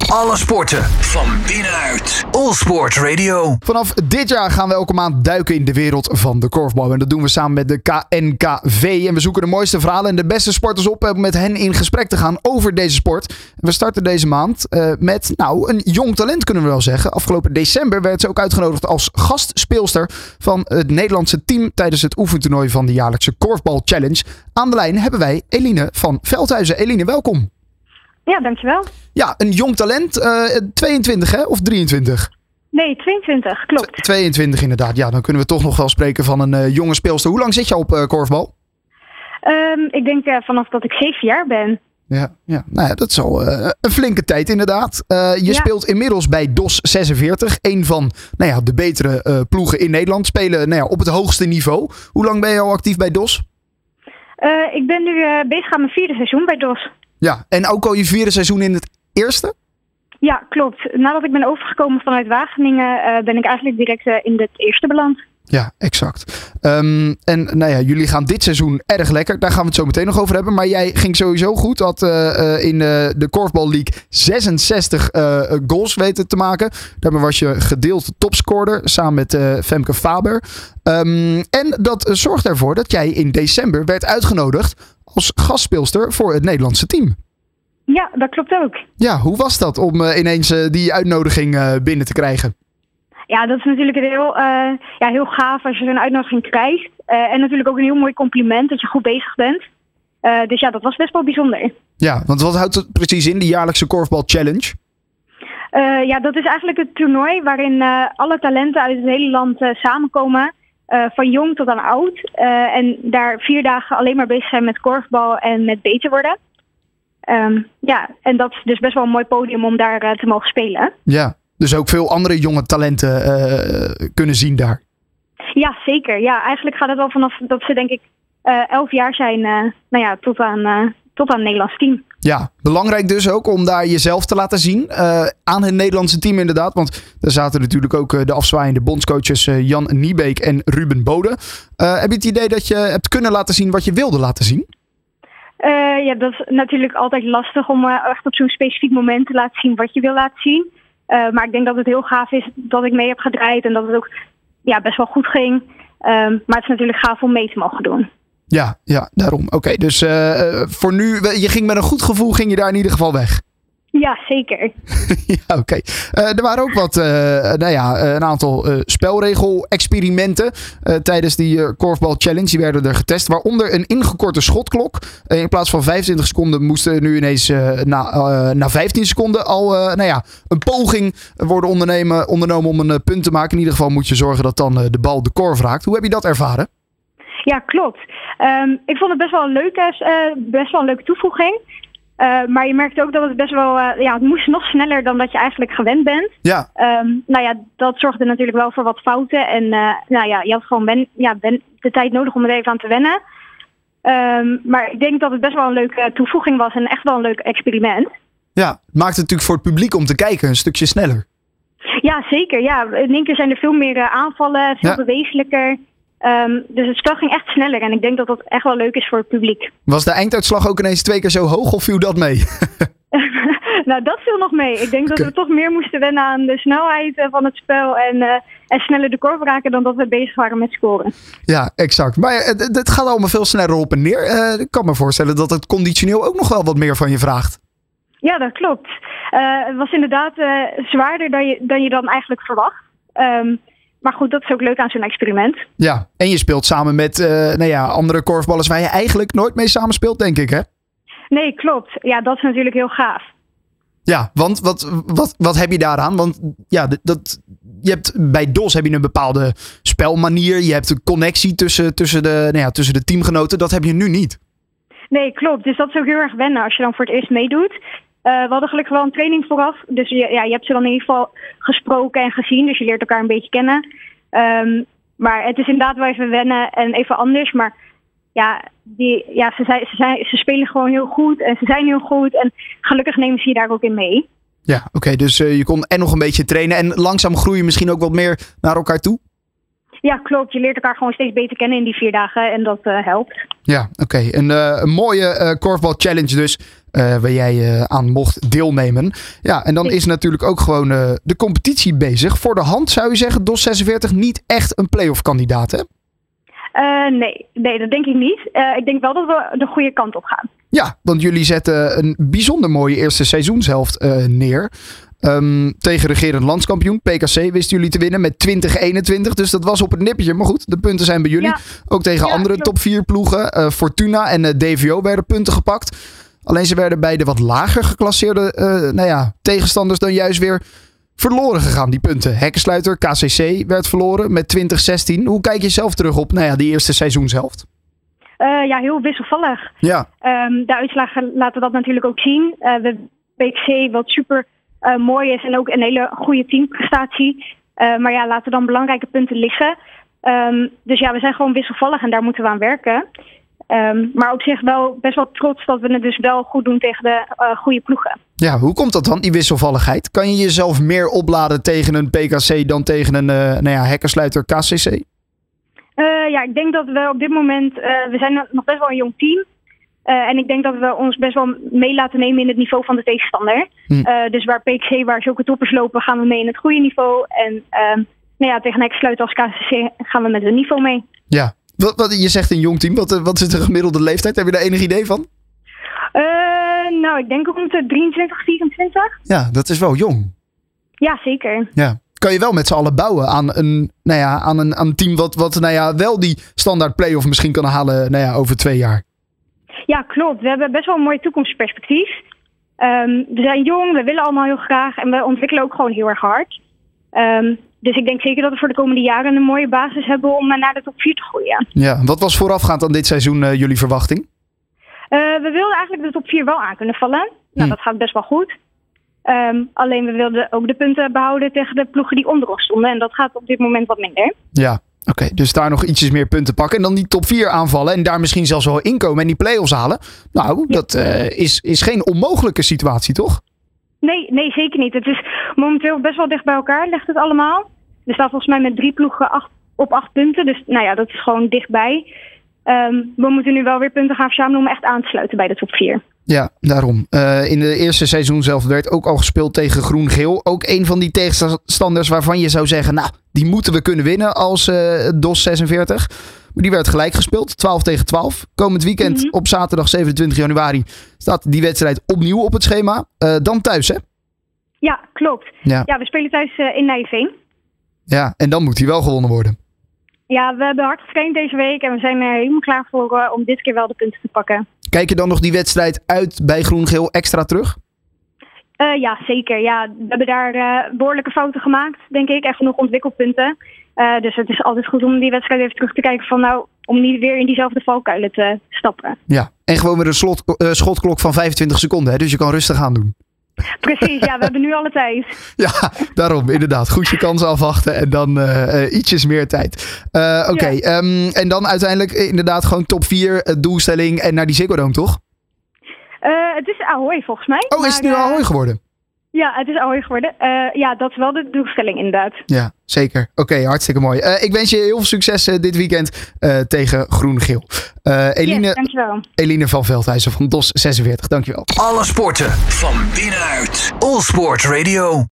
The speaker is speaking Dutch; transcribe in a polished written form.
Alle sporten van binnenuit. All Sport Radio. Vanaf dit jaar gaan we elke maand duiken in de wereld van de korfbal. En dat doen we samen met de KNKV. En we zoeken de mooiste verhalen en de beste sporters op om met hen in gesprek te gaan over deze sport. We starten deze maand met een jong talent, kunnen we wel zeggen. Afgelopen december werd ze ook uitgenodigd als gastspeelster van het Nederlandse team tijdens het oefentoernooi van de jaarlijkse Korfbal Challenge. Aan de lijn hebben wij Eline van Veldhuizen. Eline, welkom. Ja, dankjewel. Ja, een jong talent. 22 hè? Of 23? Nee, 22, klopt. 22 inderdaad. Ja, dan kunnen we toch nog wel spreken van een jonge speelster. Hoe lang zit je op korfbal? Ik denk vanaf dat ik 7 jaar ben. Ja. Nou ja, dat is al een flinke tijd inderdaad. Je speelt inmiddels bij DOS 46. Een van de betere ploegen in Nederland. Spelen op het hoogste niveau. Hoe lang ben je al actief bij DOS? Ik ben nu bezig aan mijn 4e seizoen bij DOS. Ja, en ook al je 4e seizoen in het eerste? Ja, klopt. Nadat ik ben overgekomen vanuit Wageningen ben ik eigenlijk direct in het eerste beland. Ja, exact. Jullie gaan dit seizoen erg lekker. Daar gaan we het zo meteen nog over hebben. Maar jij ging sowieso goed. Had in de Korfbal League 66 goals weten te maken. Daarmee was je gedeeld topscorer samen met Femke Faber. En dat zorgt ervoor dat jij in december werd uitgenodigd als gastspeelster voor het Nederlandse team. Ja, dat klopt ook. Ja, hoe was dat om ineens die uitnodiging binnen te krijgen? Ja, dat is natuurlijk heel gaaf als je zo'n uitnodiging krijgt. En natuurlijk ook een heel mooi compliment dat je goed bezig bent. Dus ja, dat was best wel bijzonder. Ja, want wat houdt het precies in, de jaarlijkse Korfbal Challenge? Dat is eigenlijk het toernooi waarin alle talenten uit het hele land samenkomen. Van jong tot aan oud. En daar 4 dagen alleen maar bezig zijn met korfbal en met beter worden. En dat is dus best wel een mooi podium om daar te mogen spelen. Ja. Dus ook veel andere jonge talenten kunnen zien daar. Ja, zeker. Ja, eigenlijk gaat het wel vanaf dat ze denk ik 11 jaar zijn tot aan het Nederlands team. Ja, belangrijk dus ook om daar jezelf te laten zien aan het Nederlandse team inderdaad. Want daar zaten natuurlijk ook de afzwaaiende bondscoaches Jan Niebeek en Ruben Bode. Heb je het idee dat je hebt kunnen laten zien wat je wilde laten zien? Dat is natuurlijk altijd lastig om echt op zo'n specifiek moment te laten zien wat je wil laten zien. Maar ik denk dat het heel gaaf is dat ik mee heb gedraaid en dat het ook best wel goed ging. Maar het is natuurlijk gaaf om mee te mogen doen. Ja, daarom. Oké, dus voor nu, je ging met een goed gevoel ging je daar in ieder geval weg. Ja, zeker. Ja, oké. Er waren ook wat, een aantal spelregel-experimenten tijdens die Korfbal Challenge. Die werden er getest, waaronder een ingekorte schotklok. In plaats van 25 seconden moesten nu ineens na 15 seconden al een poging worden ondernomen om een punt te maken. In ieder geval moet je zorgen dat dan de bal de korf raakt. Hoe heb je dat ervaren? Ja, klopt. Ik vond het best wel een leuke toevoeging. Maar je merkt ook dat het best wel... het moest nog sneller dan dat je eigenlijk gewend bent. Ja. Dat zorgde natuurlijk wel voor wat fouten. En je had gewoon de tijd nodig om er even aan te wennen. Maar ik denk dat het best wel een leuke toevoeging was. En echt wel een leuk experiment. Ja, het maakt het natuurlijk voor het publiek om te kijken een stukje sneller. Ja, zeker. Ja. In één keer zijn er veel meer aanvallen. Veel bewegelijker. Dus het spel ging echt sneller en ik denk dat dat echt wel leuk is voor het publiek. Was de einduitslag ook ineens 2 keer zo hoog of viel dat mee? Nou, dat viel nog mee. Ik denk dat we toch meer moesten wennen aan de snelheid van het spel en sneller de korf raken dan dat we bezig waren met scoren. Ja, exact. Maar het gaat allemaal veel sneller op en neer. Ik kan me voorstellen dat het conditioneel ook nog wel wat meer van je vraagt. Ja, dat klopt. Het was inderdaad zwaarder dan je dan eigenlijk verwacht. Maar goed, dat is ook leuk aan zo'n experiment. Ja, en je speelt samen met andere korfballers waar je eigenlijk nooit mee samenspeelt, denk ik, hè? Nee, klopt. Ja, dat is natuurlijk heel gaaf. Ja, want wat heb je daaraan? Want je hebt bij DOS heb je een bepaalde spelmanier. Je hebt een connectie tussen de teamgenoten. Dat heb je nu niet. Nee, klopt. Dus dat is ook heel erg wennen als je dan voor het eerst meedoet. We hadden gelukkig wel een training vooraf. Dus je hebt ze dan in ieder geval gesproken en gezien. Dus je leert elkaar een beetje kennen. Maar het is inderdaad wel even wennen en even anders. Maar ze spelen gewoon heel goed. En ze zijn heel goed. En gelukkig nemen ze je daar ook in mee. Ja, oké. Dus je kon nog een beetje trainen. En langzaam groeien misschien ook wat meer naar elkaar toe? Ja, klopt. Je leert elkaar gewoon steeds beter kennen in die 4 dagen en dat helpt. Ja, oké. Een mooie korfbal challenge dus, waar jij aan mocht deelnemen. Ja, en dan is natuurlijk ook gewoon de competitie bezig. Voor de hand zou je zeggen, DOS 46 niet echt een play-off kandidaat, hè? Nee, dat denk ik niet. Ik denk wel dat we de goede kant op gaan. Ja, want jullie zetten een bijzonder mooie eerste seizoenshelft neer. Tegen regerend landskampioen, PKC, wisten jullie te winnen met 20-21. Dus dat was op het nippertje. Maar goed, de punten zijn bij jullie. Ja. Ook tegen andere top 4 ploegen. Fortuna en DVO werden punten gepakt. Alleen ze werden bij de wat lager geclasseerde tegenstanders dan juist weer verloren gegaan, die punten. Hekkensluiter, KCC werd verloren met 20-16. Hoe kijk je zelf terug op die eerste seizoenshelft? Heel wisselvallig. Ja. De uitslagen laten dat natuurlijk ook zien. We PKC wat super mooi is en ook een hele goede teamprestatie. Maar ja, laten dan belangrijke punten liggen. Dus ja, we zijn gewoon wisselvallig en daar moeten we aan werken. Maar op zich wel best wel trots dat we het dus wel goed doen tegen de goede ploegen. Ja, hoe komt dat dan, die wisselvalligheid? Kan je jezelf meer opladen tegen een PKC dan tegen een hekkensluiter KCC? Ik denk dat we op dit moment... we zijn nog best wel een jong team. En ik denk dat we ons best wel mee laten nemen in het niveau van de tegenstander. Dus waar PKC, waar zulke toppers lopen, gaan we mee in het goede niveau. En tegen hekkensluiter als KCC gaan we met een niveau mee. Ja. Je zegt een jong team. Wat is de gemiddelde leeftijd? Heb je daar enig idee van? Ik denk rond de 23, 24. Ja, dat is wel jong. Ja, zeker. Ja. Kan je wel met z'n allen bouwen aan een team wat wel die standaard play-off misschien kan halen over 2 jaar? Ja, klopt. We hebben best wel een mooi toekomstperspectief. We zijn jong, we willen allemaal heel graag en we ontwikkelen ook gewoon heel erg hard. Dus ik denk zeker dat we voor de komende jaren een mooie basis hebben om naar de top 4 te groeien. Ja, wat was voorafgaand aan dit seizoen jullie verwachting? We wilden eigenlijk de top 4 wel aan kunnen vallen. Nou, dat gaat best wel goed. Alleen we wilden ook de punten behouden tegen de ploegen die onder ons stonden. En dat gaat op dit moment wat minder. Ja, oké. Dus daar nog ietsjes meer punten pakken. En dan die top 4 aanvallen. En daar misschien zelfs wel inkomen en die play-offs halen. Nou, dat is geen onmogelijke situatie, toch? Nee, zeker niet. Het is momenteel best wel dicht bij elkaar, ligt het allemaal. Er staat volgens mij met 3 ploegen op 8 punten. Dus dat is gewoon dichtbij. We moeten nu wel weer punten gaan verzamelen om echt aan te sluiten bij de top 4. Ja, daarom. In de eerste seizoen zelf werd ook al gespeeld tegen Groen-Geel. Ook een van die tegenstanders waarvan je zou zeggen, die moeten we kunnen winnen als DOS 46. Maar die werd gelijk gespeeld, 12-12. Komend weekend op zaterdag 27 januari staat die wedstrijd opnieuw op het schema. Dan thuis, hè? Ja, klopt. Ja, we spelen thuis in Nijveen. Ja, en dan moet die wel gewonnen worden. Ja, we hebben hard getraind deze week en we zijn er helemaal klaar voor om dit keer wel de punten te pakken. Kijk je dan nog die wedstrijd uit bij Groen-Geel extra terug? Ja, zeker. Ja, we hebben daar behoorlijke fouten gemaakt, denk ik. En genoeg ontwikkelpunten. Dus het is altijd goed om die wedstrijd even terug te kijken van om niet weer in diezelfde valkuilen te stappen. Ja, en gewoon met een schotklok van 25 seconden, hè? Dus je kan rustig aan doen. Precies, ja, we hebben nu alle tijd. Ja, daarom inderdaad. Goed je kansen afwachten en dan ietsjes meer tijd. Oké. En dan uiteindelijk inderdaad gewoon top 4 doelstelling en naar die Ziggo Dome, toch? Het is Ahoy volgens mij. Oh, is het nu Ahoy geworden? Ja, het is Ahoy geworden. Dat is wel de doelstelling inderdaad. Ja, zeker. Oké, hartstikke mooi. Ik wens je heel veel succes dit weekend tegen Groen-Geel. Dankjewel. Eline van Veldhuizen van DOS 46, dankjewel. Alle sporten van binnenuit. All Sport Radio.